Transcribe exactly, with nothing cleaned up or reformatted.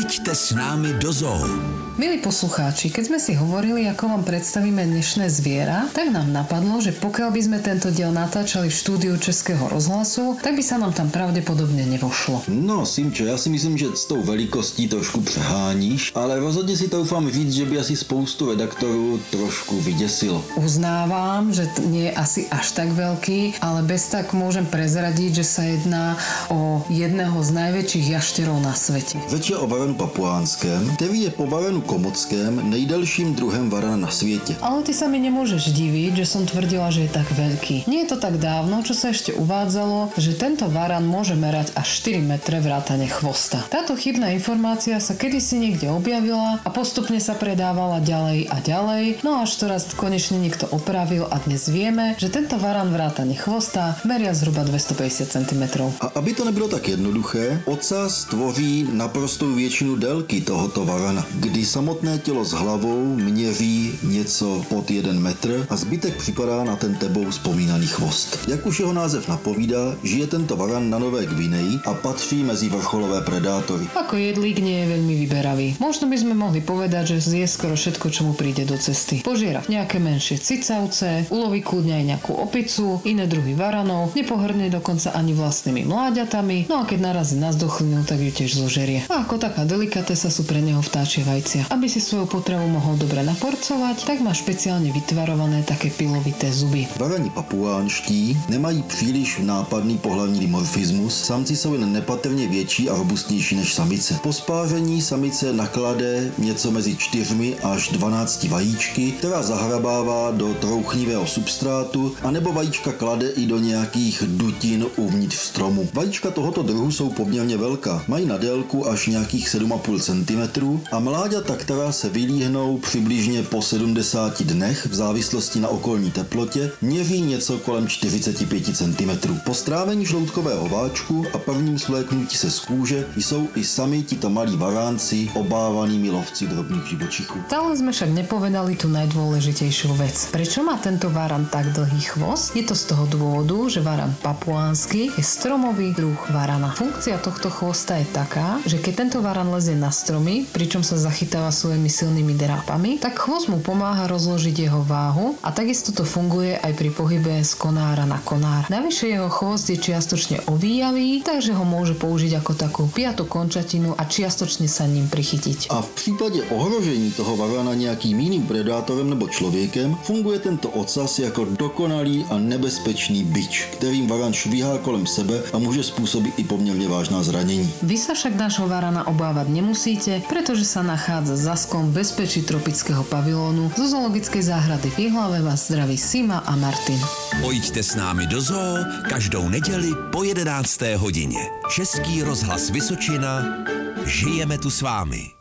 Pojďte s námi do zoo. Milí poslucháči, keď sme si hovorili, ako vám predstavíme dnešné zviera, tak nám napadlo, že pokiaľ by sme tento diel natáčali v štúdiu Českého rozhlasu, tak by sa nám tam pravdepodobne nevošlo. No, Simčo, já si myslím, že s tou velikostí trošku přeháníš, ale rozhodně si troufám říct, že by asi spoustu redaktorů trošku vyděsilo. Uznávam, že t- nie je asi až tak veľký, ale bez tak môžem prezradiť, že sa jedná o jedného z najväčších jašterov na svete. Řeč je o varanu papuánském, který je po varanu komockém nejdelším druhem varana na světě. Ale ty sa mi nemôžeš diviť, že som tvrdila, že je tak veľký. Nie je to tak dávno, čo sa ešte uvádzalo, že tento varan môže merať až štyri metre vrátane chvosta. Táto chybná informácia sa kedysi niekde objavila a postupne sa predávala ďalej a ďalej, no až to raz konečne niekto opravil a dnes vieme, že tento varan vrátane chvosta meria zhruba dvestopäťdesiat centimetrov. A aby to nebylo tak jednoduché, ocas tvoří naprostou většinu délky tohoto varana, kdy samotné tělo s hlavou měří něco pod jeden metr a zbytek připadá na ten tebou vzpomínaný chvost. Jak už jeho název napovídá, žije tento varan na Nové Gvineji a patří mezi vrcholové predátory. Ako jedlík nie je veľmi vyberavý. Možno by sme mohli povedať, že zje skoro všetko, čo mu príde do cesty. Požiera nejaké menšie cicavce, uloví kľudne aj nejakú opicu, iné druhy varanov, nepohrdne dokonca ani vlastnými mláďatami, no a keď narazí na zdochlinu, tak ju tiež zožerie. A ako taká delikatesa sú pre neho vtáčie vajcia. Aby si svoju potravu mohol dobre naporcovať, tak má špeciálne vytvarované také pilovité zuby. Varani papuánští nemají příliš nápadný pohlavní dimorfismus, samci jsou jen nepatrně větší a robustnější než samice. Po spáření samice naklade něco mezi čtyřmi až dvanácti vajíčky, která zahrabává do trouchnivého substrátu, anebo vajíčka klade i do nějakých dutin uvnitř stromu. Vajíčka tohoto druhu jsou poměrně velká, mají na délku až nějakých sedm a půl centimetru a mláďata, která se vylíhnou přibližně po sedmdesáti dnech v závislosti na okolní teplotě, měří něco kolem čtyřicet pět centimetrů. Po strávení žloutkového váčku a prvním svléknutí se z kůže jsou i sami tito malí varánci obávanými lovci drobných živočichů. Stále sme však nepovedali tú najdôležitejšiu vec. Prečo má tento varan tak dlhý chvost? Je to z toho dôvodu, že varan papuánsky je stromový druh varana. Funkcia tohto chvosta je taká, že keď tento varan lezie na stromy, pričom sa zachytáva svojimi silnými drápami, tak chvost mu pomáha rozložiť jeho váhu a takisto to funguje aj pri pohybe z konára na konár. Navyše jeho chvost je čiastočne ovíjavý, takže ho môže použiť ako takú piatu končatinu a čiastočne sa ním prichytiť. A v případě ohrožení toho varana nějakým jiným predátorem nebo člověkem funguje tento ocas jako dokonalý a nebezpečný bič, kterým varan švíhá kolem sebe a může způsobit i poměrně vážná zranění. Vy sa však nášho varana obávať nemusíte, pretože sa nachádza za sklom v bezpečí tropického pavilónu zo zoologickej záhrady v Jihlave vás zdraví Sima a Martin. Pojďte s námi do zoo každou neděli po jedenácté hodině. Český rozhlas Vysočina. Žijeme tu s vámi.